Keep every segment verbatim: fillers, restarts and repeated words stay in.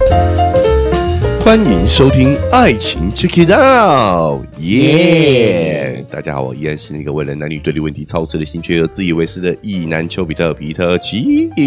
欢迎收听《爱情 Check It Out》，耶！大家好，我依然是那个为了男女对立问题操持的心却又自以为是的异男丘比特皮特丘。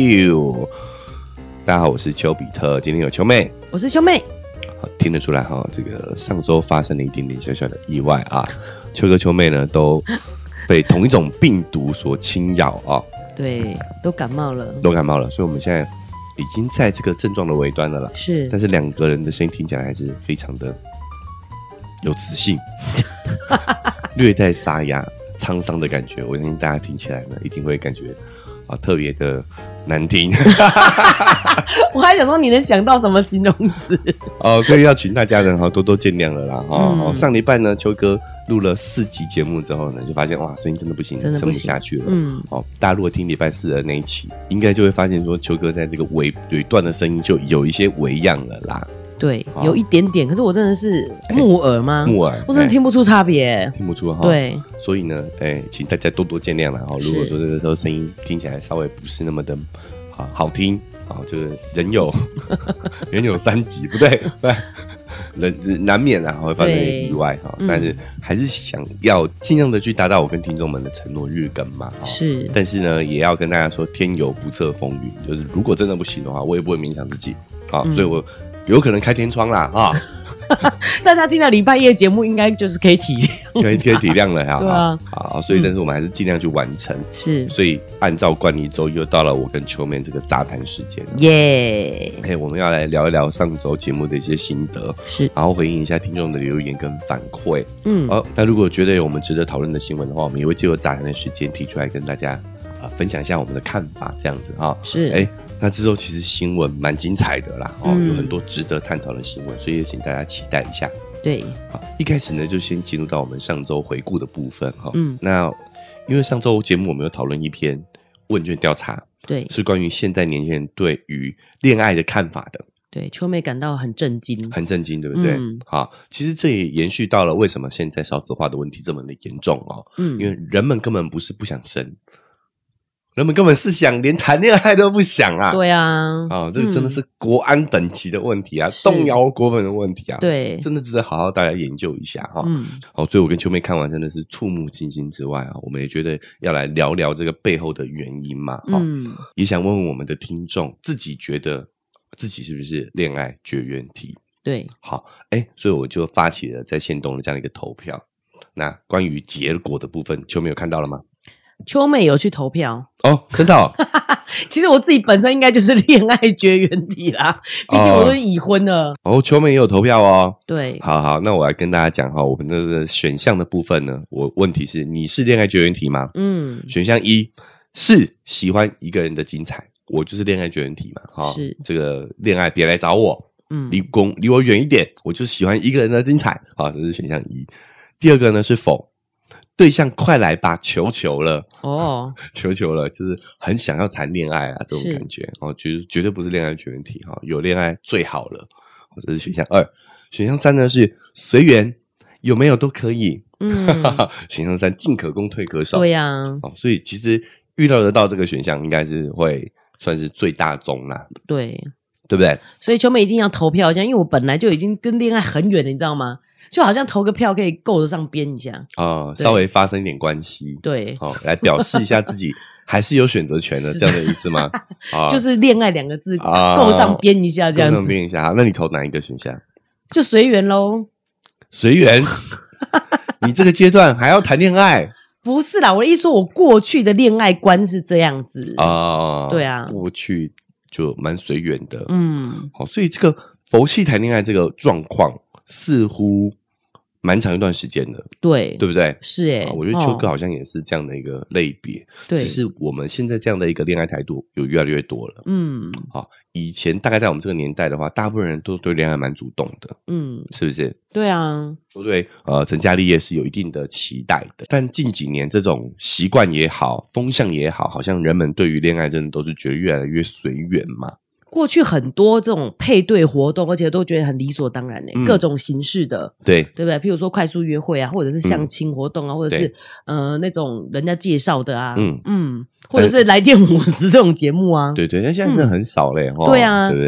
大家好，我是丘比特，今天有丘妹， 我是丘妹。 好，听得出来哈，这个上周发生了一点点小小的意外啊，丘哥丘妹呢都被同一种病毒所侵扰啊， 对，都感冒了， 都感冒了，所以我们现在已经在这个症状的尾端了啦。 是， 但是两个人的声音听起来还是非常的有磁性，略带沙哑、沧桑的感觉。我相信大家听起来呢，一定会感觉啊特别的难听。 我还想说你能想到什么形容词哦，所以要请大家呢多多见谅了啦。哦， 嗯、 上礼拜呢，丘哥录了四集节目之后呢，就发现哇，声音真的不行， 真的不撑不下去了。 嗯， 哦，大家如果听礼拜四的那一期，应该就会发现说，丘哥在这个尾尾段的声音就有一些微恙了啦。 对，有一点点，可是我真的是木耳吗？ 木耳， 我真的听不出差别， 听不出哈。 对， 所以呢，哎，请大家多多见谅啦。哈，如果说这个时候声音听起来稍微不是那么的啊好听啊，就是人有人有三急，不对，人难免啊会发生意外哈。嗯、但是还是想要尽量的去达到我跟听众们的承诺日更嘛。 是， 但是呢，也要跟大家说，天有不测风云，就是如果真的不行的话，我也不会勉强自己啊。嗯、所以我有可能开天窗啦啊。 大家听到礼拜一的节目，应该就是可以体谅， 可以可以体谅了哈。 对啊， 好，所以但是我们还是尽量去完成。是，所以按照惯例，周又到了我跟丘妹这个杂谈时间。耶！哎，我们要来聊一聊上周节目的一些心得，是，然后回应一下听众的留言跟反馈。嗯，好，那如果觉得有我们值得讨论的新闻的话，我们也会借由杂谈的时间提出来跟大家啊、呃、分享一下我们的看法，这样子哈。是，哎。那之后其实新闻蛮精彩的啦，哦，嗯、有很多值得探讨的新闻，所以也请大家期待一下。对，好，一开始呢就先进入到我们上周回顾的部分哈。嗯，那因为上周节目我们有讨论一篇问卷调查，对，是关于现代年轻人对于恋爱的看法的。 对，丘妹感到很震惊， 很震惊，对不对？嗯，好，其实这也延续到了为什么现在少子化的问题这么的严重哦。嗯，因为人们根本不是不想生。人们根本是想连谈恋爱都不想啊！ 对啊， 哦，这个真的是国安等级的问题啊，嗯、动摇国本的问题啊，对，真的值得好好大家研究一下哈。嗯，哦，所以我跟丘妹看完真的是触目惊心之外啊，我们也觉得要来聊聊这个背后的原因嘛。嗯，也想问问我们的听众，自己觉得自己是不是恋爱绝缘体？对，好，哎，所以我就发起了在限动的这样的一个投票。那关于结果的部分，丘妹有看到了吗？ 丘妹有去投票哦，真的哦。 其实我自己本身应该就是恋爱绝缘体啦，毕竟我都已婚了。 哦，丘妹也有投票哦。 对， 好好，那我来跟大家讲哈，我们这个选项的部分呢，我问题是你是恋爱绝缘体吗？嗯，选项一是喜欢一个人的精彩，我就是恋爱绝缘体嘛。哈，是这个恋爱别来找我，嗯，离公离我远一点，我就喜欢一个人的精彩。好，这是选项一。第二个呢是否。对象快来吧，求求了哦，求求了，就是很想要谈恋爱啊，这种感觉哦，就是绝对不是恋爱绝缘体哈，有恋爱最好了。这是选项二，选项三呢是随缘，有没有都可以。嗯，选项三进可攻退可守。 对呀、啊， 哦，所以其实预料得到这个选项应该是会算是最大宗啦。 对， 对不对？ 所以丘妹一定要投票一下，因为我本来就已经跟恋爱很远了，你知道吗？就好像投个票可以够得上边一下哦，稍微发生一点关系， 对， 哦，来表示一下自己还是有选择权的，这样的意思吗？ 啊、就是恋爱两个字够上边一下，这样子， 够上边一下。好，那你投哪一个选项？ 就随缘咯。 随缘？你这个阶段还要谈恋爱？ 不是啦，我的意思说，我过去的恋爱观是这样子啊、 哦， 对啊， 过去就蛮随缘的，嗯，好，所以这个佛系谈恋爱这个状况。似乎蛮长一段时间的，对，对不对？ 是耶、 欸，我觉得丘哥好像也是这样的一个类别，对、哦，只是我们现在这样的一个恋爱态度有越来越多了，嗯，好，以前大概在我们这个年代的话，大部分人都对恋爱蛮主动的，嗯，是不是？ 对啊， 都对，呃，成家立业是有一定的期待的，但近几年这种习惯也好，风向也好，好像人们对于恋爱真的都是觉得越来越随缘嘛。 过去很多这种配对活动，而且都觉得很理所当然、欸嗯、各种形式的，对对不对？譬如说快速约会啊，或者是相亲活动啊，嗯、或者是呃那种人家介绍的啊，嗯嗯，或者是来电五十这种节目啊， 对对，但现在真的很少嘞、嗯哦、 对啊， 对不对？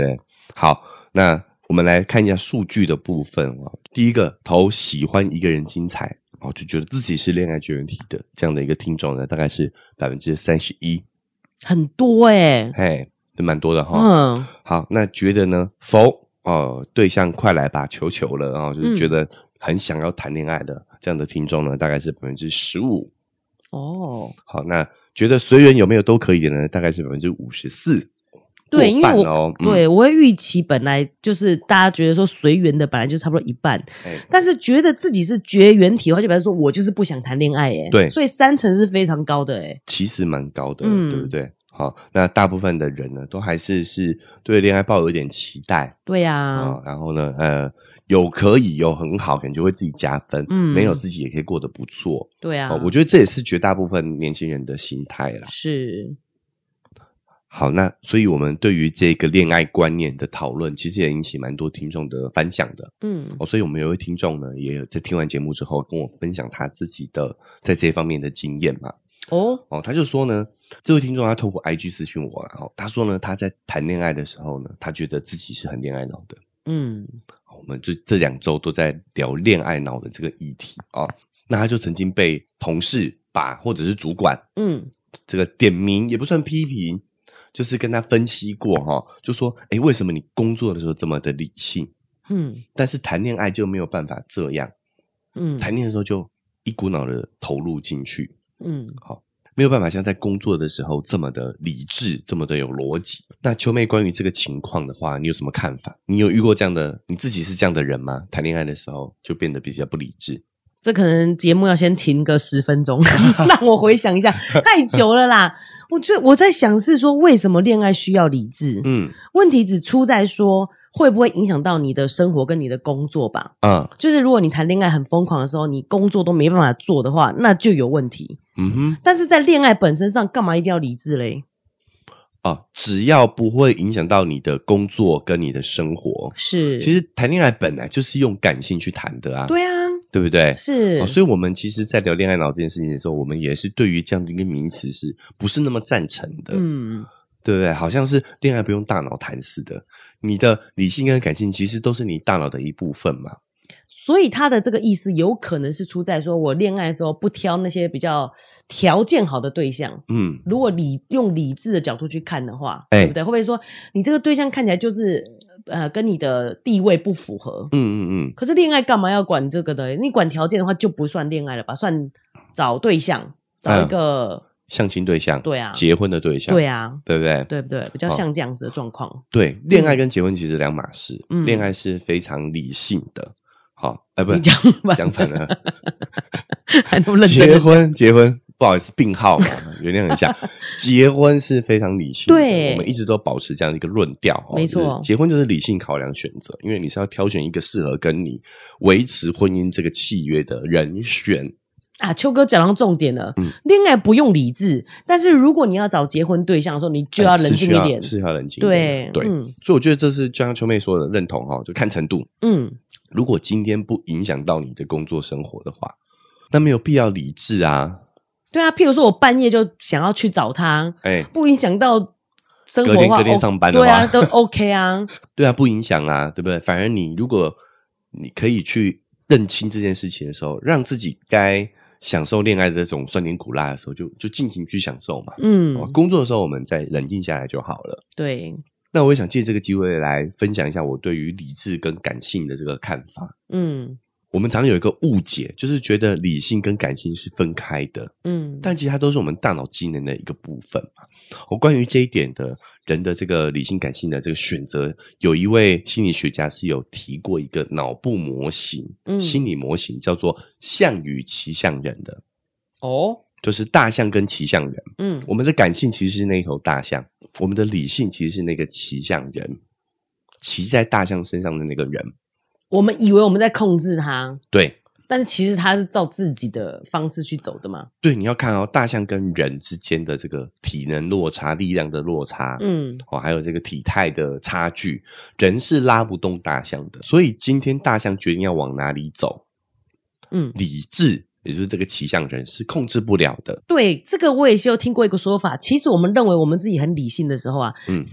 好，那我们来看一下数据的部分啊。第一个，投喜欢一个人精彩哦，就觉得自己是恋爱绝缘体的这样的一个听众呢，大概是百分之三十一， 很多哎、欸， 嘿，这蛮多的哈。嗯，好，那觉得呢，否哦，对象快来吧，求求了啊、哦，就是觉得很想要谈恋爱的、嗯、这样的听众呢，大概是百分之十五。哦，好，那觉得随缘有没有都可以的呢，大概是百分之五十四。 对，因为我、嗯、对我会预期本来就是大家觉得说随缘的本来就差不多一半、欸，但是觉得自己是绝缘体的话，就表示说我就是不想谈恋爱哎、欸， 对， 所以三成是非常高的哎、欸， 其实蛮高的、嗯，对不对？好，那大部分的人呢，都还是是对恋爱抱有一点期待， 对呀、啊哦，然后呢，呃，有可以有很好，可能就会自己加分，嗯，没有自己也可以过得不错， 对啊、 哦，我觉得这也是绝大部分年轻人的心态啦， 是。 好，那所以我们对于这个恋爱观念的讨论，其实也引起蛮多听众的反响的。嗯，哦，所以我们有一位听众呢，也有在听完节目之后跟我分享他自己的在这方面的经验嘛。哦，哦，他就说呢，这位听众他透过 I G 私讯我，然后他说呢，他在谈恋爱的时候呢，他觉得自己是很恋爱脑的。嗯，我们就这两周都在聊恋爱脑的这个议题啊、哦。那他就曾经被同事把或者是主管，嗯，这个点名也不算批评。就是跟他分析过齁，就说诶为什么你工作的时候这么的理性，嗯，但是谈恋爱就没有办法这样，嗯，谈恋爱的时候就一股脑的投入进去，嗯，好，没有办法像在工作的时候这么的理智，这么的有逻辑。那秋妹关于这个情况的话，你有什么看法？你有遇过这样的，你自己是这样的人吗？谈恋爱的时候就变得比较不理智？ 这可能节目要先停个十分钟，让我回想一下，太久了啦。我觉得我在想是说，为什么恋爱需要理智？嗯，问题只出在说会不会影响到你的生活跟你的工作吧？嗯，就是如果你谈恋爱很疯狂的时候，你工作都没办法做的话，那就有问题。嗯哼，但是在恋爱本身上，干嘛一定要理智嘞？ 哦，只要不会影响到你的工作跟你的生活， 是。 其实谈恋爱本来就是用感性去谈的啊。 对啊。 对不对？ 是、 哦，所以我们其实在聊恋爱脑这件事情的时候，我们也是对于这样的一个名词是不是那么赞成的？嗯，对不对？好像是恋爱不用大脑谈似的，你的理性跟感性其实都是你大脑的一部分嘛。 所以他的这个意思有可能是出在说我恋爱的时候不挑那些比较条件好的对象。嗯，如果理用理智的角度去看的话，欸、对不对？会不会说你这个对象看起来就是呃跟你的地位不符合？嗯嗯嗯。可是恋爱干嘛要管这个的？你管条件的话就不算恋爱了吧？算找对象，找一个、嗯、 相亲对象， 对啊， 结婚的对象， 对啊， 对不对？ 对不对？比较像这样子的状况。 哦、对，恋爱跟结婚其实两码事。嗯，恋爱是非常理性的。好，哎、呃，不， 讲讲反了。 还那么认真结婚，结婚，不好意思，病号嘛，原谅一下。结婚是非常理性的， 对， 我们一直都保持这样一个论调。 没错、 就是，结婚就是理性考量选择，因为你是要挑选一个适合跟你维持婚姻这个契约的人选。 啊，秋哥讲到重点了，嗯，恋爱不用理智，但是如果你要找结婚对象的时候，你就要冷静一点， 是需要冷静一点，对对、嗯，所以我觉得这是就像秋妹说的认同哈，就看程度，嗯，如果今天不影响到你的工作生活的话，那没有必要理智啊。 对啊，譬如说我半夜就想要去找他，哎，不影响到生活的话， 隔天隔天上班的话， 对啊，都 OK 啊， 对啊，不影响啊，对不对？反而你如果你可以去认清这件事情的时候，让自己该享受恋爱的这种酸甜苦辣的时候，就就尽情去享受嘛。嗯，工作的时候我们再冷静下来就好了。 对， 那我也想借这个机会来分享一下我对于理智跟感性的这个看法。嗯，我们常有一个误解，就是觉得理性跟感性是分开的。嗯，但其实它都是我们大脑机能的一个部分嘛。我关于这一点的人的这个理性感性的这个选择，有一位心理学家是有提过一个脑部模型，嗯，心理模型叫做象与骑象人的。哦，就是大象跟骑象人。嗯，我们的感性其实是那一头大象，我们的理性其实是那个骑象人，骑在大象身上的那个人。 我们以为我们在控制它， 对， 但是其实它是照自己的方式去走的嘛。 对，你要看哦，大象跟人之间的这个体能落差、力量的落差，嗯，哦，还有这个体态的差距，人是拉不动大象的。所以今天大象决定要往哪里走，嗯，理智也就是这个骑象人是控制不了的。 对，这个我也是有听过一个说法，其实我们认为我们自己很理性的时候啊，嗯，是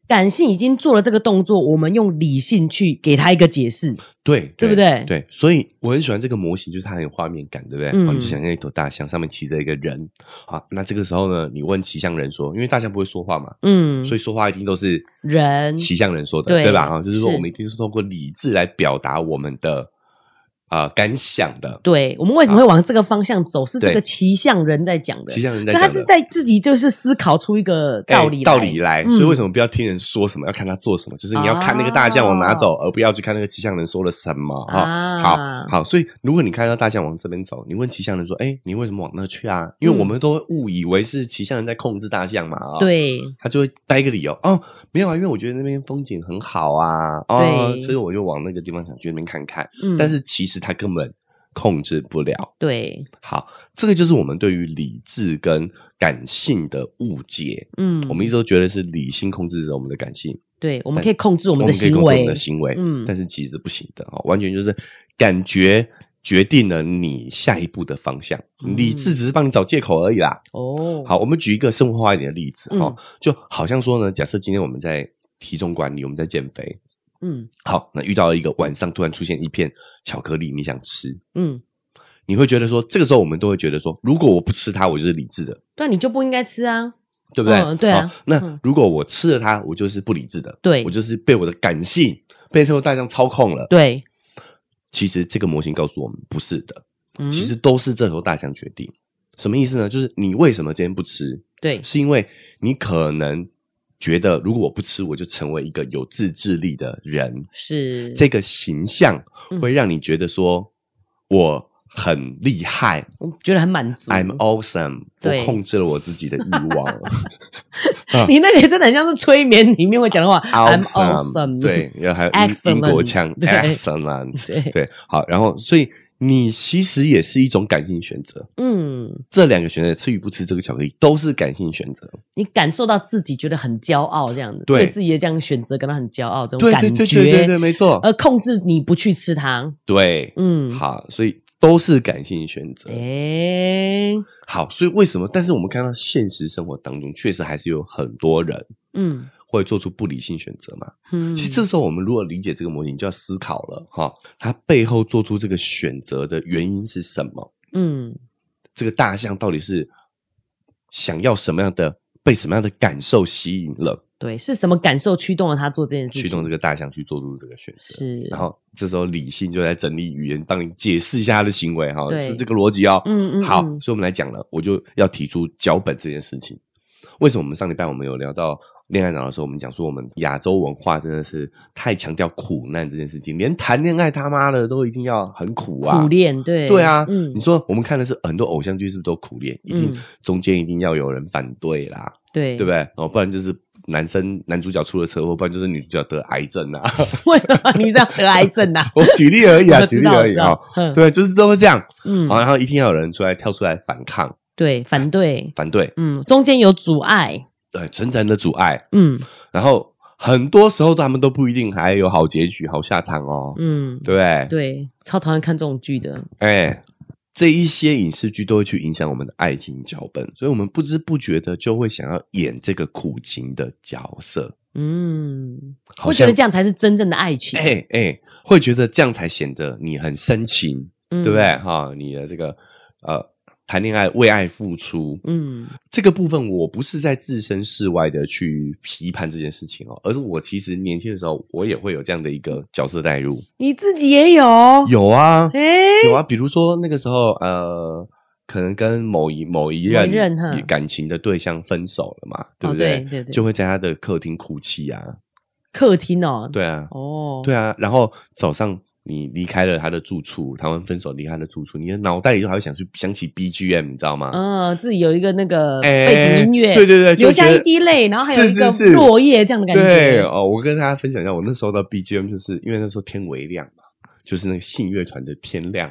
感性已经做了这个动作，我们用理性去给他一个解释， 对， 对不对？ 对，所以我很喜欢这个模型，就是它很有画面感，对不对？嗯，你就想象一头大象上面骑着一个人，好，那这个时候呢，你问骑象人说，因为大象不会说话嘛，嗯，所以说话一定都是人骑象人说的，对, 对吧？就是说我们一定是通过理智来表达我们的。呃，感想的， 对，我们为什么会往这个方向走？是这个骑象人在讲的， 骑象人在讲的， 所以他是在自己就是思考出一个道理来， 道理来。所以为什么不要听人说什么，要看他做什么？就是你要看那个大象往哪走，而不要去看那个骑象人说了什么。哈，好好。所以如果你看到大象往这边走，你问骑象人说：“哎，你为什么往那去啊？”因为我们都会误以为是骑象人在控制大象嘛。 对， 他就会掰一个理由哦，没有啊，因为我觉得那边风景很好啊，哦，所以我就往那个地方想去那边看看。但是其实他根本控制不了。 对， 好，这个就是我们对于理智跟感性的误解。嗯，我们一直都觉得是理性控制着我们的感性， 对，我们可以控制我们的行为， 我们可以控制我们的行为，嗯，但是其实不行的，完全就是感觉决定了你下一步的方向，嗯，理智只是帮你找借口而已啦。哦，好，我们举一个生活化一点的例子，嗯，就好像说呢，假设今天我们在体重管理，我们在减肥。嗯，好，那遇到了一个晚上突然出现一片巧克力，你想吃，嗯，你会觉得说，这个时候我们都会觉得说，如果我不吃它，我就是理智的， 对，你就不应该吃啊， 对不对？ 嗯，对啊。 那如果我吃了它，我就是不理智的， 对， 我就是被我的感性被这头大象操控了。 对， 其实这个模型告诉我们不是的，嗯，其实都是这头大象决定。什么意思呢？就是你为什么今天不吃？ 对， 是因为你可能觉得如果我不吃，我就成为一个有自制力的人， 是这个形象会让你觉得说，嗯，我很厉害， 我觉得很满足 ，I'm awesome， 我控制了我自己的欲望。 你那个真的很像是催眠里面会讲的话 ，I'm awesome， 对，然后还有英国腔 ，excellent， 对对，好，然后所以。你其实也是一种感性选择，嗯，这两个选择吃与不吃这个巧克力都是感性选择。 你感受到自己觉得很骄傲，这样的 对, 对自己的这样选择感到很骄傲，这种感觉， 对对对对对对，没错。 而控制你不去吃它， 对，嗯，好，所以都是感性选择。诶，好，所以为什么？但是我们看到现实生活当中，确实还是有很多人，嗯。会做出不理性选择嘛？嗯，其实这时候我们如果理解这个模型，就要思考了哈，它背后做出这个选择的原因是什么？嗯，这个大象到底是想要什么样的，被什么样的感受吸引了？ 对，是什么感受驱动了他做这件事情？ 驱动这个大象去做出这个选择。 是， 然后这时候理性就在整理语言，帮你解释一下他的行为哈，是这个逻辑哦。嗯嗯，好，所以我们来讲了，我就要提出脚本这件事情。为什么我们上礼拜我们有聊到恋爱脑的时候，我们讲说我们亚洲文化真的是太强调苦难这件事情，连谈恋爱他妈的都一定要很苦啊， 苦恋，对对啊，嗯，你说我们看的是很多偶像剧是不是都苦恋，一定中间一定要有人反对啦， 对对不对？哦，不然就是男生男主角出了车祸，不然就是女主角得癌症啊。 为什么女主角得癌症啊？ 我举例而已啊，举例而已啊，对，就是都会这样，嗯，然后一定要有人出来跳出来反抗。 对，反对， 反对， 嗯，中间有阻碍， 对，存在的阻碍，嗯，然后很多时候他们都不一定还有好结局、好下场哦，嗯，对不对？ 对，超讨厌看这种剧的， 哎，这一些影视剧都会去影响我们的爱情脚本，所以我们不知不觉的就会想要演这个苦情的角色，嗯， 会觉得这样才是真正的爱情， 哎哎，会觉得这样才显得你很深情，嗯、对不对？哈，你的这个呃。谈恋爱为爱付出，嗯，这个部分我不是在置身事外的去批判这件事情哦，而是我其实年轻的时候我也会有这样的一个角色代入。 你自己也有？ 有啊，欸、有啊，比如说那个时候呃，可能跟某一某一任感情的对象分手了嘛，对不对？ 哦、对对对， 就会在他的客厅哭泣啊。 客厅哦？ 对啊，哦，对啊，然后早上。你离开了他的住处，他们分手离开他的住处，你的脑袋里就还会想去想起 B G M， 你知道吗？ 嗯，自己有一个那个背景音乐， 欸、对对对， 流下一滴泪，然后还有一个落叶这样的感觉。 是是是对哦，我跟大家分享一下，我那时候的 B G M 就是因为那时候天微亮嘛，就是那个信乐团的天亮，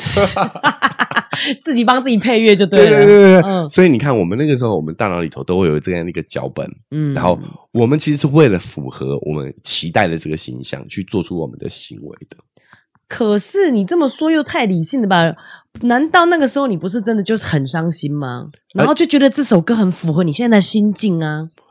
自己帮自己配乐就对了。 对对对对，嗯，所以你看，我们那个时候，我们大脑里头都会有这样的一个脚本，嗯，然后我们其实是为了符合我们期待的这个形象，去做出我们的行为的。 可是你这么说又太理性了吧？难道那个时候你不是真的就是很伤心吗？然后就觉得这首歌很符合你现在的心境啊？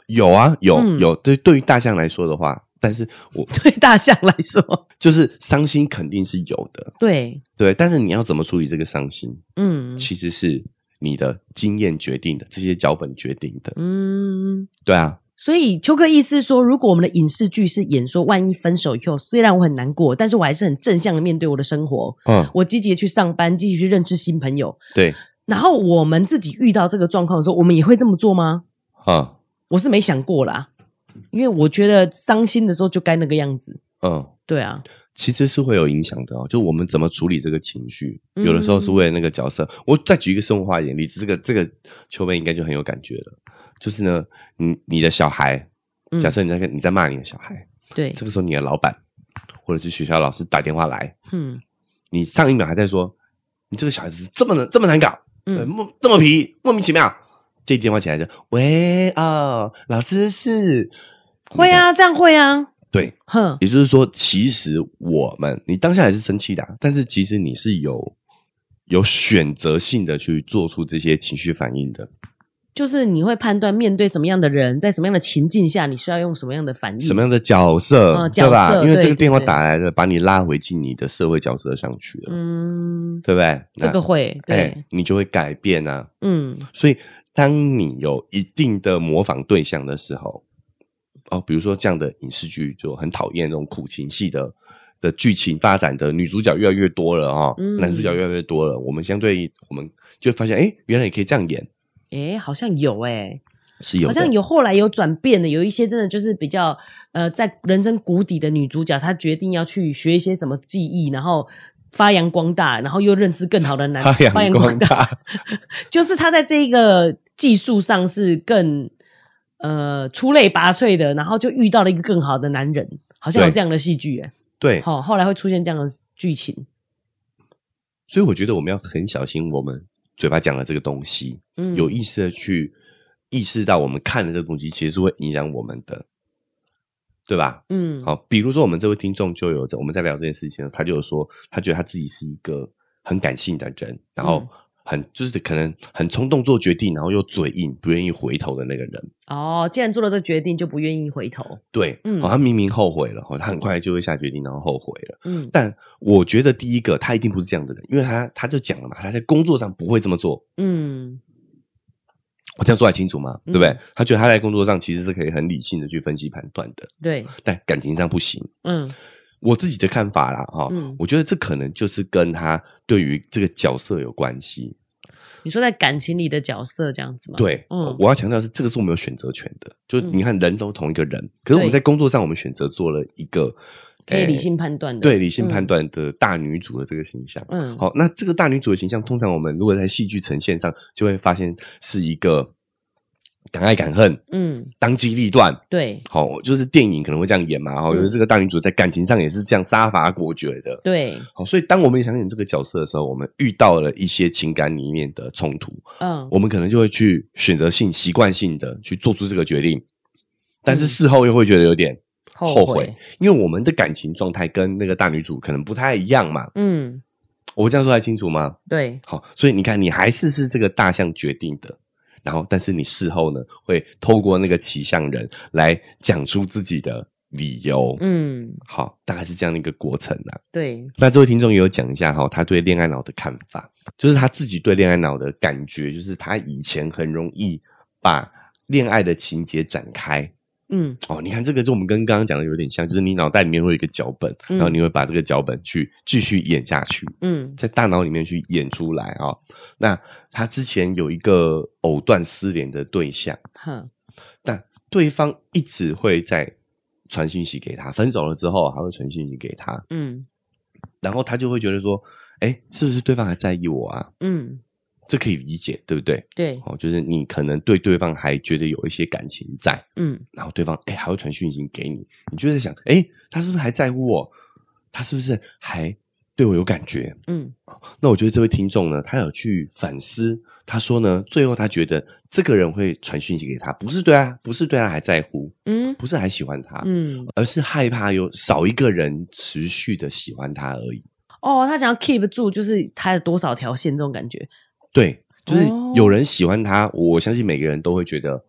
有啊，有、嗯、有。对，对于大象来说的话，但是我对大象来说， 就是伤心肯定是有的。 对对，但是你要怎么处理这个伤心？嗯，其实是你的经验决定的，这些脚本决定的。嗯，对啊。 所以邱哥意思说，如果我们的影视剧是演说万一分手以后，虽然我很难过，但是我还是很正向的面对我的生活，嗯，我积极的去上班，积极去认识新朋友， 对。 然后我们自己遇到这个状况的时候，我们也会这么做吗？嗯，我是没想过啦，因为我觉得伤心的时候就该那个样子。嗯，对啊， 其实是会有影响的哦，就我们怎么处理这个情绪，有的时候是为了那个角色。嗯、我再举一个生活化一点例子，这个这个秋妹应该就很有感觉了。就是呢，你你的小孩，假设你在你在骂你的小孩， 对、嗯， 这个时候你的老板或者是学校老师打电话来，嗯，你上一秒还在说你这个小孩子这么这么难搞，嗯，这么皮，莫名其妙，这电话起来就喂哦，老师是会啊，这样会啊， 对，哼，也就是说，其实我们你当下还是生气的、啊，但是其实你是有有选择性的去做出这些情绪反应的。 就是你会判断面对什么样的人，在什么样的情境下，你需要用什么样的反应， 什么样的角色，嗯、对吧？因为这个电话打来了，把你拉回进你的社会角色上去了，嗯，对不对？ 这个会，对、欸， 你就会改变啊，嗯。所以，当你有一定的模仿对象的时候，哦，比如说这样的影视剧就很讨厌这种苦情戏的的剧情发展的女主角越来越多了哈、哦嗯，男主角越来越多了，我们相对我们就会发现，哎，原来也可以这样演。 诶好像有诶、欸、 是有的， 好像有后来有转变的，有一些真的就是比较呃，在人生谷底的女主角，她决定要去学一些什么技艺，然后发扬光大，然后又认识更好的男发扬光大，发扬光大就是她在这一个技术上是更呃出类拔萃的，然后就遇到了一个更好的男人，好像有这样的戏剧诶、欸、 对， 好、哦，后来会出现这样的剧情， 所以我觉得我们要很小心我们嘴巴讲的这个东西，嗯，有意识的去意识到我们看的这个东西其实是会影响我们的，对吧？嗯，好，比如说我们这位听众就有我们在聊这件事情的时候，他就有说他觉得他自己是一个很感性的人，然后很、嗯、就是可能很冲动做决定，然后又嘴硬不愿意回头的那个人。 哦，既然做了这决定就不愿意回头。 对，嗯，哦，他明明后悔了，他很快就会下决定然后后悔了。嗯，但我觉得第一个他一定不是这样的人，因为他他就讲了嘛，他在工作上不会这么做。嗯，我这样说还清楚吗？嗯、对不对？他觉得他在工作上其实是可以很理性的去分析判断的。 对， 但感情上不行。嗯，我自己的看法啦，哈、哦嗯，我觉得这可能就是跟他对于这个角色有关系。 你说在感情里的角色这样子吗？ 对，嗯，我要强调的是这个是我们有选择权的，就你看人都同一个人，嗯、可是我们在工作上我们选择做了一个可以理性判断的， 对理性判断的大女主的这个形象。嗯，好，那这个大女主的形象，通常我们如果在戏剧呈现上，就会发现是一个敢爱敢恨，嗯，当机立断， 对， 好，就是电影可能会这样演嘛，哈、嗯，就是这个大女主在感情上也是这样杀伐果决的， 对， 好，所以当我们想演这个角色的时候，我们遇到了一些情感里面的冲突，嗯，我们可能就会去选择性、习惯性的去做出这个决定，但是事后又会觉得有点后悔，后悔因为我们的感情状态跟那个大女主可能不太一样嘛，嗯，我这样说还清楚吗？ 对， 好，所以你看，你还是是这个大象决定的。然后，但是你事后呢，会透过那个骑象人来讲出自己的理由。嗯，好，大概是这样的一个过程啊。 对， 那这位听众也有讲一下哈、哦，他对恋爱脑的看法，就是他自己对恋爱脑的感觉，就是他以前很容易把恋爱的情节展开。嗯，哦，你看这个就我们跟刚刚讲的有点像，就是你脑袋里面会有一个脚本，嗯、然后你会把这个脚本去继续演下去，嗯，在大脑里面去演出来啊、哦。那他之前有一个藕断丝连的对象，哼，但对方一直会在传讯息给他，分手了之后还会传讯息给他，嗯，然后他就会觉得说，哎，是不是对方还在意我啊？嗯。这可以理解，对不对？ 对， 哦，就是你可能对对方还觉得有一些感情在，嗯，然后对方哎还会传讯息给你，你就在想，哎，他是不是还在乎我？他是不是还对我有感觉？嗯，那我觉得这位听众呢，他有去反思，他说呢，最后他觉得这个人会传讯息给他，不是对他，不是对他还在乎，嗯，不是还喜欢他，嗯，而是害怕有少一个人持续的喜欢他而已。 哦，他想要 keep 住，就是他有多少条线这种感觉。 对，就是有人喜欢他，哦、我相信每个人都会觉得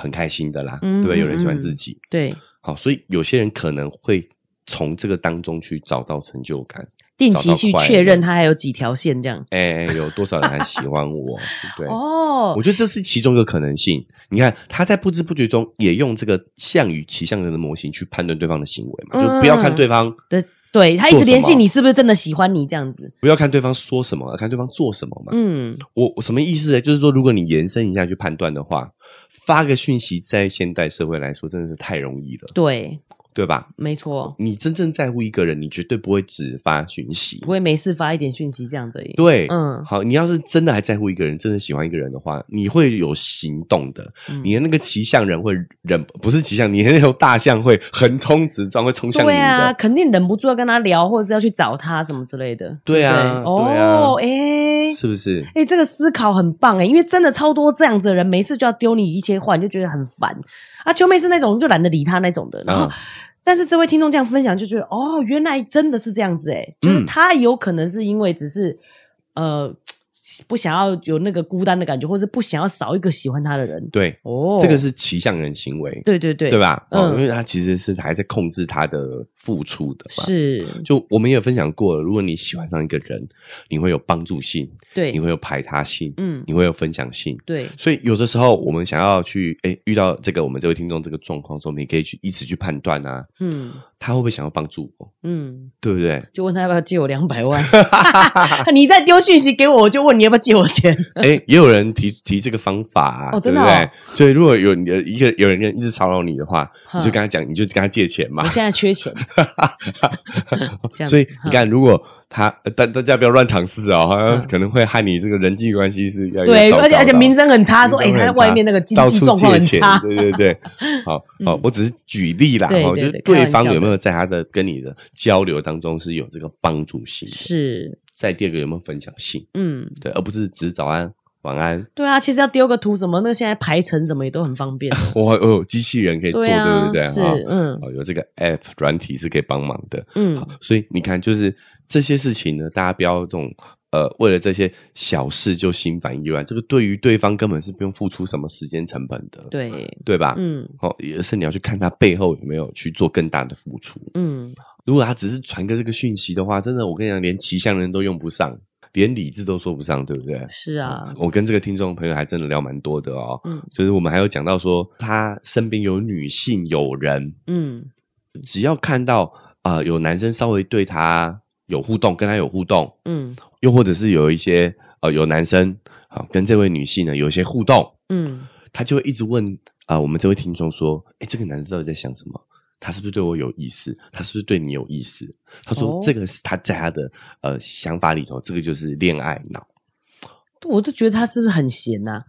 很开心的啦，嗯、对不对？有人喜欢自己， 对， 好，所以有些人可能会从这个当中去找到成就感。 定期去确认他还有几条线这样， 哎、欸，有多少人还喜欢我，对不对？哦，我觉得这是其中一个可能性。你看他在不知不觉中也用这个项羽骑象人的模型去判断对方的行为嘛，嗯、就不要看对方对对，他一直联系你是不是真的喜欢你这样子， 不要看对方说什么，看对方做什么嘛。嗯，我我什么意思呢？就是说，如果你延伸一下去判断的话，发个讯息在现代社会来说真的是太容易了。 对。 对吧？ 没错， 你真正在乎一个人，你绝对不会只发讯息， 不会没事发一点讯息这样子而已。 对，嗯，好，你要是真的还在乎一个人，真的喜欢一个人的话，你会有行动的。嗯、你的那个骑象人会忍，不是骑象，你的那头大象会横冲直撞，会冲向你的。对啊，肯定忍不住要跟他聊，或者是要去找他什么之类的。 对啊， 对, 对, 对啊，哦，哎、欸， 是不是？ 哎、欸，这个思考很棒哎，因为真的超多这样子的人，每次就要丢你一些话，你就觉得很烦。啊，秋妹是那种就懒得理他那种的，然后。嗯但是这位听众这样分享就觉得哦，原来真的是这样子诶，就是他有可能是因为只是、嗯、呃不想要有那个孤单的感觉，或是不想要少一个喜欢他的人。 对，哦，这个是骑象人行为。 对对对， 对吧？嗯、哦，因为他其实是还在控制他的付出的嘛。 是， 就我们也有分享过了，如果你喜欢上一个人，你会有帮助性， 对， 你会有排他性，嗯，你会有分享性， 对。 所以有的时候我们想要去，哎，遇到这个我们这位听众这个状况的时候，我们也可以去以此去判断啊，嗯，他会不会想要帮助我？嗯，对不对？ 就问他要不要借我两百万，你再丢讯息给我，我就问你要不要借我钱。 哎，也有人提提这个方法、啊， 哦，真的、哦， 对不对？所以如果有有一个有人一直骚扰你的话，你就跟他讲，你就跟他借钱嘛。 我现在缺钱， 所以你看，如果他大大家不要乱尝试哦，好像可能会害你这个人际关系是要对，而且而且名声很差，说哎，他在外面那个经济状况很差， 对对对。好，好，我只是举例啦，哦，就是对方有没有在他的跟你的交流当中是有这个帮助性的， 是。 再第二个有没有分享性？嗯，对，而不是只是早安晚安。 对啊，其实要丢个图什么，那现在排程什么也都很方便。 我有机器人可以做，对, 啊、对不对？ 是，嗯， 有这个 app 软体是可以帮忙的。嗯，好，所以你看，就是这些事情呢，大家不要这种呃，为了这些小事就心烦意乱，这个对于对方根本是不用付出什么时间成本的， 对对吧？嗯，好，也是你要去看他背后有没有去做更大的付出。嗯。如果他只是传个这个讯息的话，真的我跟你讲，连骑象人都用不上，连理智都说不上，对不对？ 是啊， 我跟这个听众朋友还真的聊蛮多的哦。嗯，就是我们还有讲到说，他身边有女性友人，嗯，只要看到啊、呃、有男生稍微对他有互动，跟他有互动，嗯，又或者是有一些呃有男生啊、呃、跟这位女性呢有一些互动，嗯，他就会一直问啊、呃、我们这位听众说，哎，这个男生到底在想什么？他是不是对我有意思？他是不是对你有意思？他说、哦、这个是他在他的呃想法里头，这个就是恋爱脑。 我都觉得他是不是很闲啊？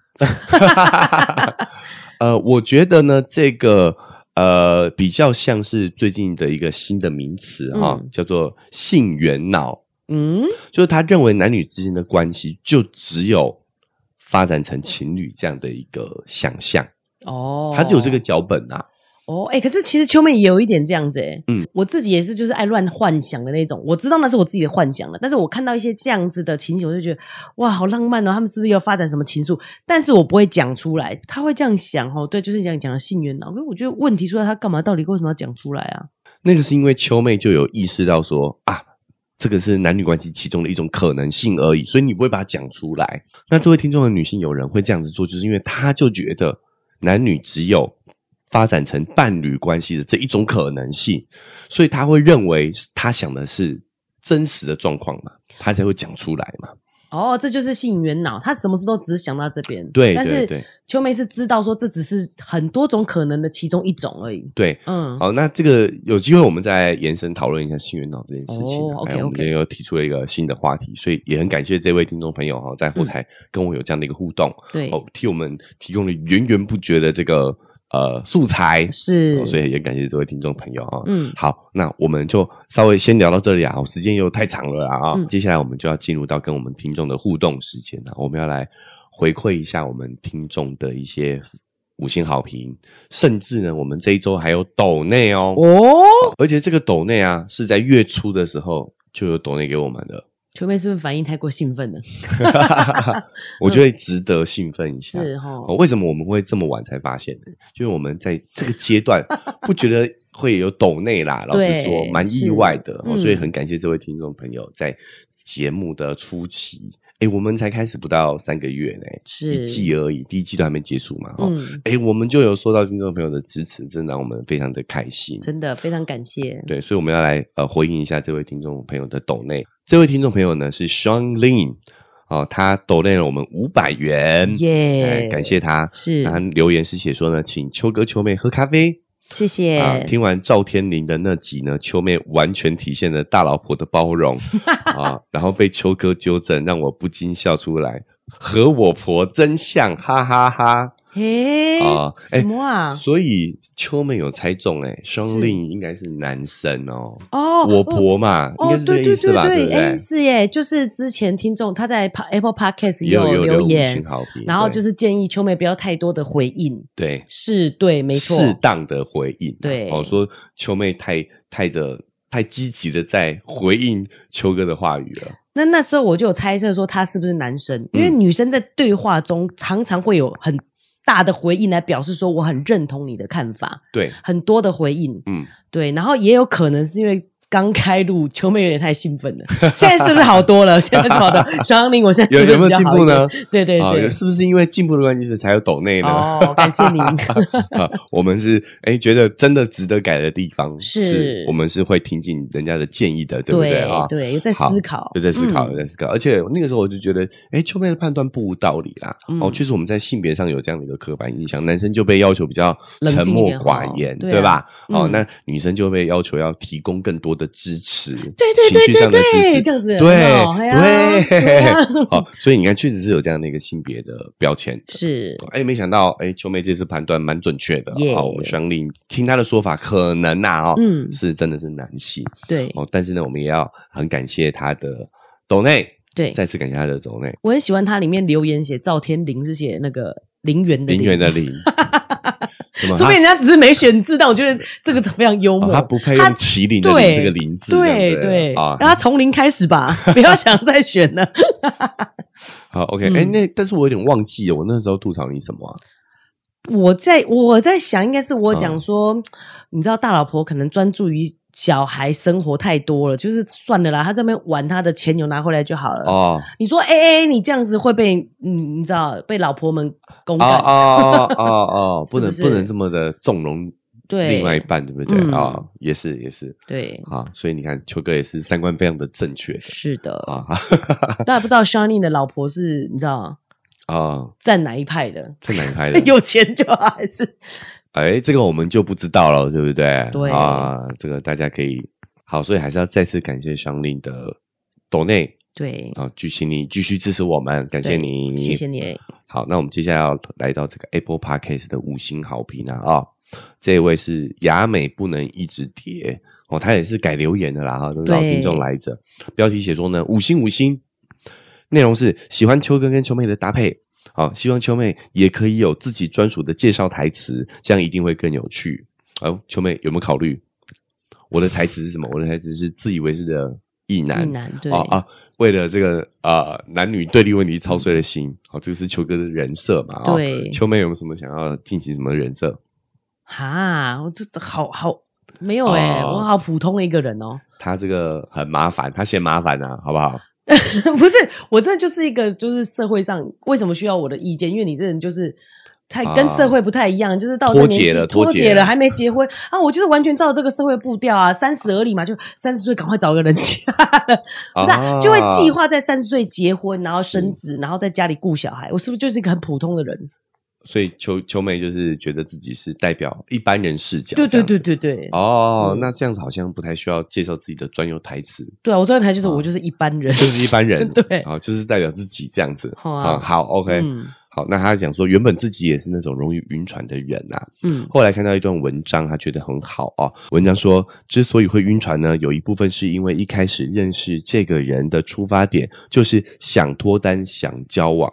呃，我觉得呢，这个呃比较像是最近的一个新的名词哈、嗯，叫做性缘脑。嗯，就是他认为男女之间的关系就只有发展成情侣这样的一个想象。哦，他就有这个脚本啊。 哦，哎、欸，可是其实秋妹也有一点这样子、欸，嗯，我自己也是，就是爱乱幻想的那种。我知道那是我自己的幻想了，但是我看到一些这样子的情景，我就觉得哇，好浪漫哦！他们是不是要发展什么情愫？但是我不会讲出来，他会这样想哦。对，就是讲讲的性缘脑。可是我觉得问题出在他干嘛？到底为什么要讲出来啊？ 那个是因为秋妹就有意识到说啊，这个是男女关系其中的一种可能性而已，所以你不会把它讲出来。那这位听众的女性友人会这样子做，就是因为她就觉得男女只有发展成伴侣关系的这一种可能性，所以他会认为他想的是真实的状况嘛，他才会讲出来嘛。 哦，这就是性缘脑，他什么事都只想到这边。 对， 但是对对秋妹是知道说这只是很多种可能的其中一种而已。 对，嗯，好，那这个有机会我们再延伸讨论一下性缘脑这件事情。 哦 ，OK OK， 我们今天又提出了一个新的话题，所以也很感谢这位听众朋友哈，在后台跟我有这样的一个互动，嗯、对，哦，替我们提供了源源不绝的这个呃素材， 是、 哦，所以也感谢这位听众朋友哈。嗯，好，那我们就稍微先聊到这里啊，时间又太长了啦啊、嗯，接下来我们就要进入到跟我们听众的互动时间了，我们要来回馈一下我们听众的一些五星好评，甚至呢，我们这一周还有抖内哦，哦，而且这个抖内啊是在月初的时候就有抖内给我们的。 秋妹是不是反应太过兴奋了？ 我觉得值得兴奋一下。是齁、哦、为什么我们会这么晚才发现呢？就是我们在这个阶段不觉得会有抖内啦，老实说蛮意外的、哦、所以很感谢这位听众朋友在节目的初期。哎，我们才开始不到三个月呢，是一季而已，第一季都还没结束嘛。嗯，哎，我们就有收到听众朋友的支持，真的让我们非常的开心， 真的非常感谢。 对，所以我们要来呃回应一下这位听众朋友的抖内。这位听众朋友呢是 Sean Lin， 哦，他抖内了我们五百元，耶、yeah ，感谢他。是，他留言是写说呢，请秋哥秋妹喝咖啡。 谢谢、啊。 听完赵天麟的那集呢，秋妹完全体现了大老婆的包容啊，然后被秋哥纠正，让我不禁笑出来，和我婆真像，哈哈哈, 哈。 嘿、啊，什么啊？ 所以秋妹有猜中诶，双令应该是男生哦。哦，我婆嘛，哦、应该是这个意思吧？对, 对, 对, 对, 对不对？ 哎，是耶，就是之前听众他在 Apple Podcast 也有留言，然后就是建议秋妹不要太多的回应。 对， 是，对，没错， 适当的回应。 对， 哦，说秋妹太太的太积极的在回应秋哥的话语了。 那那时候我就有猜测说他是不是男生，因为女生在对话中常常会有很大的回应来表示说我很认同你的看法， 对， 很多的回应，嗯，对，然后也有可能是因为刚开录，秋妹有点太兴奋了，现在是不是好多了？现在是好的，双宁，我现在是不是比较好一点？有有没有进步呢？对对对、哦， 是不是因为进步的关系才有抖内呢？ 哦，感谢您。 我们是哎，觉得真的值得改的地方，是, 是我们是会听进人家的建议的，对不对啊？ 对，对有在思考， 有在思考，有在思考。而且那个时候我就觉得，哎，秋妹的判断不无道理啦。嗯、哦，确实我们在性别上有这样的一个刻板印象，男生就被要求比较沉默寡言，对, 对吧？嗯、哦，那女生就被要求要提供更多的支持。 对对对对对，这样子， 对对对，好，所以你看，确实是有这样的一个性别的标签。 是， 哎，没想到，哎，秋妹这次判断蛮准确的。好，我们双令听她的说法，可能啊，哦，嗯，是真的是男性。 对， 哦，但是呢，我们也要很感谢她的抖内， 对， 再次感谢她的抖内。 我很喜欢她里面留言写赵天麟是写那个陵园的陵园的陵。 说不定人家只是没选字，但我觉得这个非常幽默。 哦、他不配用麒麟的麟这个麟字， 对 对, 对、哦，让他从零开始吧，不要想再选了。 好 ，OK， 哎、嗯，那但是我有点忘记了，我那时候吐槽你什么、啊？ 我在我在想，应该是我讲说、哦，你知道大老婆可能专注于小孩生活太多了，就是算了啦，他这边玩他的钱有拿回来就好了。哦，你说 A A， 你这样子会被你你知道被老婆们公干。 哦哦哦哦，不能是不, 是不能这么的纵容另外一半，对不对？啊、嗯哦，也是也是， 对啊，所以你看秋哥也是三观非常的正确的。 是的啊，大家不知道 Shani 的老婆是你知道啊，站哪一派的？ 站哪一派的？ 有钱就好还是？ 哎，这个我们就不知道了，对不对？ 对啊，这个大家可以好，所以还是要再次感谢香令的抖内， 对， 好，继续你继续支持我们，感谢你， 谢谢你。 好，那我们接下来要来到这个 Apple Podcast 的五星好评啊，哦，这一位是雅美不能一直跌哦，他也是改留言的啦，哈，老听众来着，标题写说呢，五星五星，内容是喜欢秋哥跟秋妹的搭配。好，希望秋妹也可以有自己专属的介绍台词，这样一定会更有趣。哦，秋妹有没有考虑？我的台词是什么？我的台词是自以为是的异男， 异男对、 哦、啊，为了这个呃男女对立问题操碎了心。好、哦，这个是秋哥的人设嘛？ 对、哦， 秋妹有没有什么想要进行什么人设？ 哈，我这好好没有哎、欸哦，我好普通的一个人哦。 他这个很麻烦，他嫌麻烦啊，好不好？ 不是，我真的就是一个，就是社会上为什么需要我的意见？因为你这人就是太跟社会不太一样，啊、就是到这个年纪脱节了，还没结婚啊，我就是完全照这个社会步调啊，三十而立嘛，就三十岁赶快找个人嫁了，不是、啊，就会计划在三十岁结婚，然后生子，然后在家里顾小孩。我是不是就是一个很普通的人？ 所以秋秋妹就是觉得自己是代表一般人视角， 对对对对对。 哦、嗯，那这样子好像不太需要介绍自己的专有台词。 对啊，我专有台词就是、哦、我就是一般人， 就是一般人， 对， 啊、哦，就是代表自己这样子。 好啊， 嗯、好 ，OK，、嗯、好。那他讲说，原本自己也是那种容易晕船的人啊，嗯，后来看到一段文章，他觉得很好哦。文章说，之所以会晕船呢，有一部分是因为一开始认识这个人的出发点就是想脱单、想交往。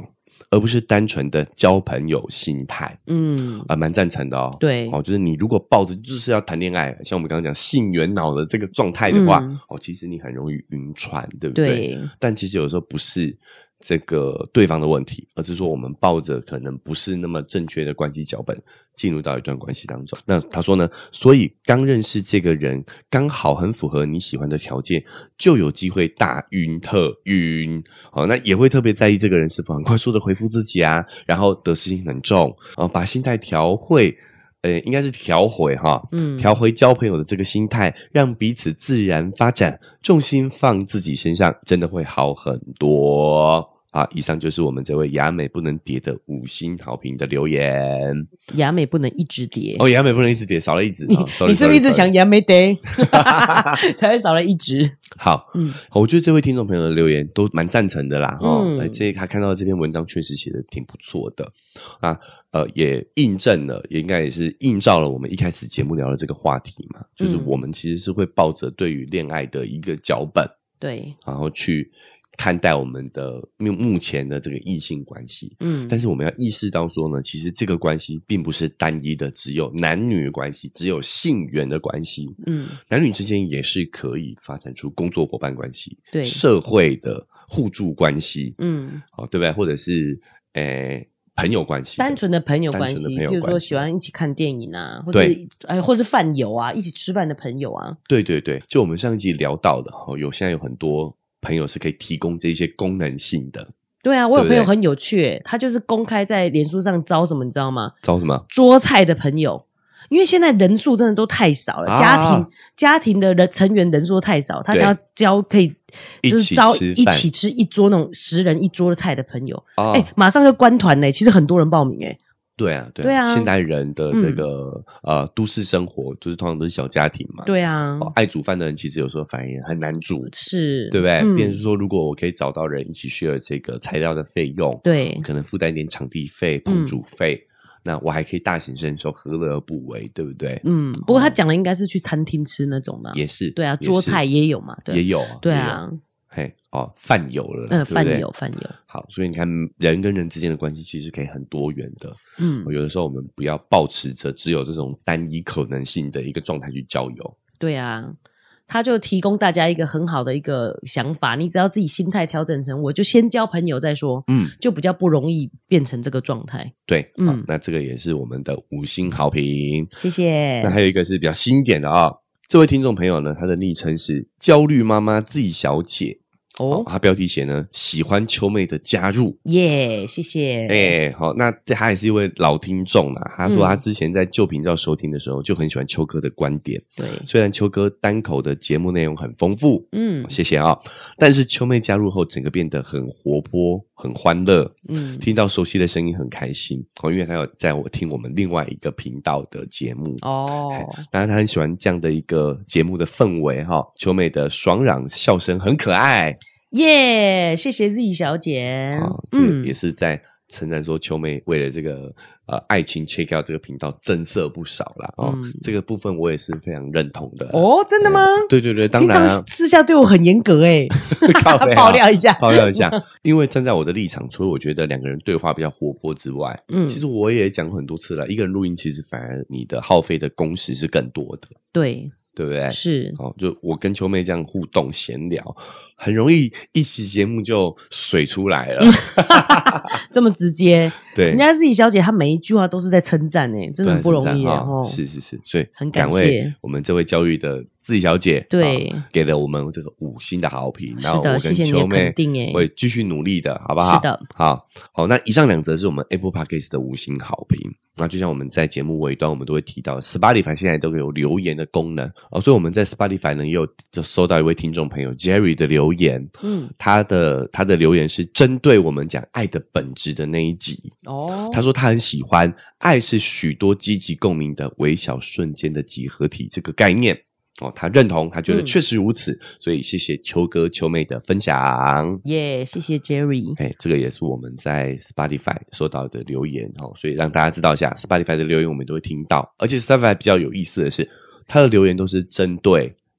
而不是单纯的交朋友心态。嗯，啊，蛮赞成的哦。 对， 哦，就是你如果抱着就是要谈恋爱，像我们刚刚讲性缘脑的这个状态的话，嗯、哦，其实你很容易晕船，对不对？对。但其实有时候不是这个对方的问题，而是说我们抱着可能不是那么正确的关系脚本进入到一段关系当中。那他说呢，所以刚认识这个人刚好很符合你喜欢的条件，就有机会大晕特晕。好，那也会特别在意这个人是否很快速的回复自己啊，然后得失心很重，然后把心态调会呃，应该是调回哈，嗯，调回交朋友的这个心态，让彼此自然发展，重心放自己身上，真的会好很多。好，以上就是我们这位雅美不能跌的五星好评的留言。 雅美不能一直跌哦，雅美不能一直跌，少了一直。 你, 哦、sorry, 你是不是一直想雅美跌，才会少了一直？ 好，嗯，我觉得这位听众朋友的留言都蛮赞成的啦。哦，嗯、这他看到这篇文章确实写的挺不错的啊，呃，也印证了，也应该也是映照了我们一开始节目聊的这个话题嘛，就是我们其实是会抱着对于恋爱的一个脚本， 对， 然后去看待我们的目前的这个异性关系，嗯，但是我们要意识到说呢，其实这个关系并不是单一的，只有男女关系，只有性缘的关系，嗯，男女之间也是可以发展出工作伙伴关系，对，社会的互助关系，嗯，好，对不对？或者是诶朋友关系， 单纯的朋友关系，比如说喜欢一起看电影啊，或是哎，或是饭友啊，一起吃饭的朋友啊， 对对对，就我们上一集聊到的，有现在有很多朋友是可以提供这些功能性的。 对啊，我有朋友很有趣，他就是公开在脸书上招什么，你知道吗？ 招什么？ 桌菜的朋友。因为现在人数真的都太少了，啊、家庭家庭的人成员人数都太少，他想要交可以就是招一起吃一桌那种十人一桌的菜的朋友，哎、哦欸，马上就关团嘞！其实很多人报名哎。 对啊，对啊，对啊，现代人的这个、嗯、呃都市生活，就是通常都是小家庭嘛。 对啊、 哦，爱煮饭的人其实有时候反而很难煮， 是， 对不对？变成是说，如果我可以找到人一起 share 这个材料的费用， 对， 可能负担一点场地费、烹煮费。嗯，那我还可以大显身手，何乐而不为，对不对？ 嗯，不过他讲的应该是去餐厅吃那种的， 也是， 对啊，桌菜也有嘛，对也有， 对啊， 嘿，哦，饭有了， 嗯，饭有，饭有。 好，所以你看，人跟人之间的关系其实可以很多元的，嗯，有的时候我们不要抱持着只有这种单一可能性的一个状态去交友。 对啊。他就提供大家一个很好的一个想法，你只要自己心态调整成我就先交朋友再说，嗯，就比较不容易变成这个状态。 对，嗯，好，那这个也是我们的五星好评， 谢谢。 那还有一个是比较新点的啊、哦，这位听众朋友呢，他的昵称是焦虑妈妈 Z 小姐。哦，他标题写呢，喜欢秋妹的加入， 耶、yeah, 谢谢。 哎、欸，好，那他也是一位老听众啦。他说他之前在旧频道收听的时候，就很喜欢秋哥的观点。对，虽然秋哥单口的节目内容很丰富，嗯，谢谢啊、哦。但是秋妹加入后，整个变得很活泼、很欢乐，嗯，听到熟悉的声音很开心。哦，因为他有在我听我们另外一个频道的节目哦，当然他很喜欢这样的一个节目的氛围哈、哦。秋妹的爽朗笑声很可爱。 耶、yeah, 谢谢 Z 小姐。 哦，这个也是在称赞说秋妹为了这个呃爱情 check out 这个频道增色不少啦。哦、嗯，这个部分我也是非常认同的。 哦，真的吗？ 对对对，当然、啊。 你私下对我很严格哎、欸，爆料一下， 爆料一下。因为站在我的立场，除了我觉得两个人对话比较活泼之外，嗯，其实我也讲过很多次了，一个人录音其实反而你的耗费的工时是更多的。 对。 对不对？ 是， 哦，就我跟秋妹这样互动闲聊，很容易一期节目就水出来了， 这么直接。 对， 人家自己小姐，她每一句话都是在称赞哎，真的很不容易哦。是是是，所以很感谢我们这位教育的自己小姐， 对、 哦，给了我们这个五星的好评。然后我跟秋妹会继续努力的，好不好？ 是的， 好好。那以上两则是我们 Apple Podcast 的五星好评。那就像我们在节目尾端，我们都会提到 Spotify 现在都有留言的功能哦，所以我们在 Spotify 呢也有就收到一位听众朋友 Jerry 的留言，嗯，他的他的留言是针对我们讲爱的本质的那一集哦，他说他很喜欢爱是许多积极共鸣的微小瞬间的集合体这个概念。哦，他认同，他觉得确实如此，嗯、所以谢谢秋哥秋妹的分享。 耶、yeah, 谢谢 Jerry。 哎，这个也是我们在 Spotify 收到的留言哦，所以让大家知道一下 Spotify 的留言我们都会听到，而且 Spotify 比较有意思的是，他的留言都是针对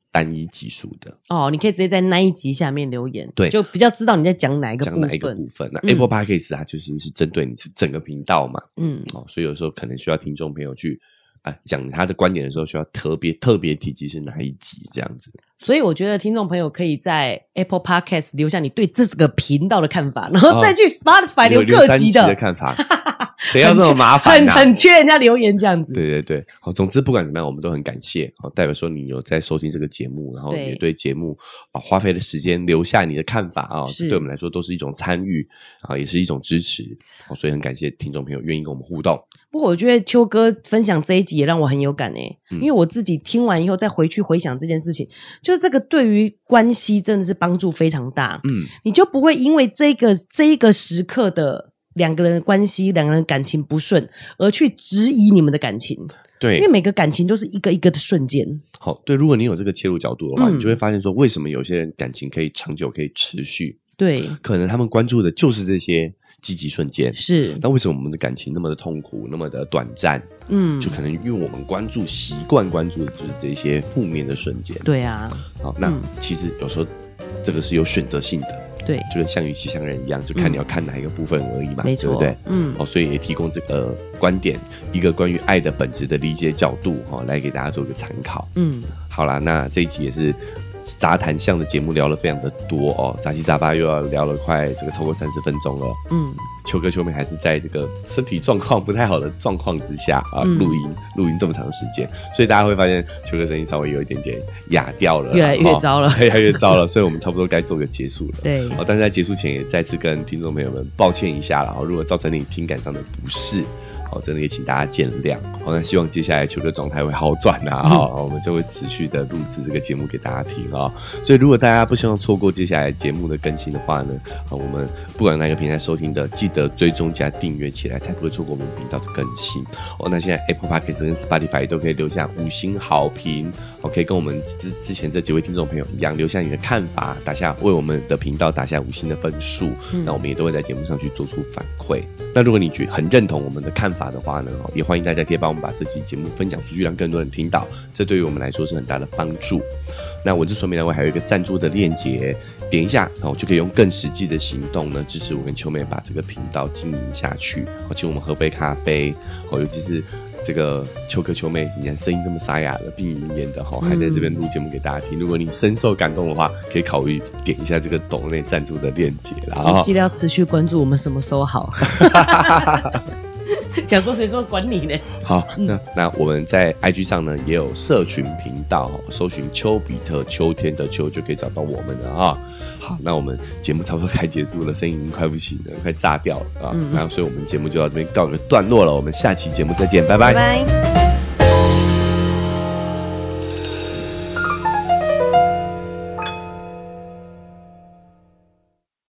单一集数的哦，你可以直接在那一集下面留言，对，就比较知道你在讲哪一个部分。 讲哪一个部分？那 Apple Podcast 它就是是针对你是整个频道嘛，嗯，哦，所以有时候可能需要听众朋友去啊讲他的观点的时候，需要特别特别提及是哪一集这样子。 所以我觉得听众朋友可以在 Apple Podcast 留下你对这个频道的看法，然后再去 Spotify 留各集 的, 的看法。谁要这么麻烦、 啊、很, 很缺人家留言这样子。 对对对，好，总之不管怎么样，我们都很感谢，好，代表说你有在收听这个节目，然后也对节目啊花费的时间留下你的看法啊，对我们来说都是一种参与啊，也是一种支持，所以很感谢听众朋友愿意跟我们互动。 不过我觉得邱哥分享这一集也让我很有感诶、嗯，因为我自己听完以后再回去回想这件事情，就是这个对于关系真的是帮助非常大。嗯，你就不会因为这个这一个时刻的两个人的关系，两个人感情不顺而去质疑你们的感情。对，因为每个感情都是一个一个的瞬间。 好，对，如果你有这个切入角度的话、嗯、你就会发现说为什么有些人感情可以长久可以持续。对，可能他们关注的就是这些积极瞬间。是，那为什么我们的感情那么的痛苦，那么的短暂？嗯，就可能因为我们关注习惯关注的就是这些负面的瞬间。对啊，好，那、嗯、其实有时候这个是有选择性的。对，就跟像与其相人一样，就看你要看哪一个部分而已嘛，没错，对不对？嗯，哦，所以也提供这个观点，一个关于爱的本质的理解角度，哈、哦，来给大家做个参考。嗯，好啦，那这一集也是杂谈项的节目聊了非常的多哦，杂七杂八又要聊了快这个超过三十分钟了。嗯，邱哥邱妹还是在这个身体状况不太好的状况之下啊，录、嗯、音录音这么长的时间，所以大家会发现邱哥声音稍微有一点点哑掉了， 越来越糟了， 哦、越来越糟了，所以我们差不多该做个结束了。对、哦，但是在结束前也再次跟听众朋友们抱歉一下了，如果造成你听感上的不适。好，真的也请大家见谅。好，那希望接下来球的状态会好转啊！好、嗯，我们就会持续的录制这个节目给大家听啊。所以，如果大家不希望错过接下来节目的更新的话呢，我们不管哪个平台收听的，记得追踪加订阅起来，才不会错过我们频道的更新。哦，那现在 Apple Podcast 跟 Spotify 都可以留下五星好评，哦，可以跟我们之之前这几位听众朋友一样，留下你的看法，打下为我们的频道打下五星的分数。嗯、那我们也都会在节目上去做出反馈。那如果你觉得很认同我们的看法的话呢，也欢迎大家可以帮我们把这期节目分享出去，让更多人听到，这对于我们来说是很大的帮助。那文字说明栏位还有一个赞助的链接，点一下就可以用更实际的行动呢支持我跟秋妹把这个频道经营下去，请我们喝杯咖啡，尤其是这个秋哥秋妹今天声音这么沙哑的，病恹恹的，还在这边录节目给大家听、嗯、如果你深受感动的话，可以考虑点一下这个抖内赞助的链接啦。 记得要持续关注我们什么时候好想说谁说管你呢？ 好，那那我们在 I G 上呢也有社群频道，搜寻丘比特，秋天的秋就可以找到我们了啊。好，那我们节目差不多该结束了，声音已经快不行了，快炸掉了啊、嗯！那所以我们节目就到这边告个段落了，我们下期节目再见，拜拜。拜拜。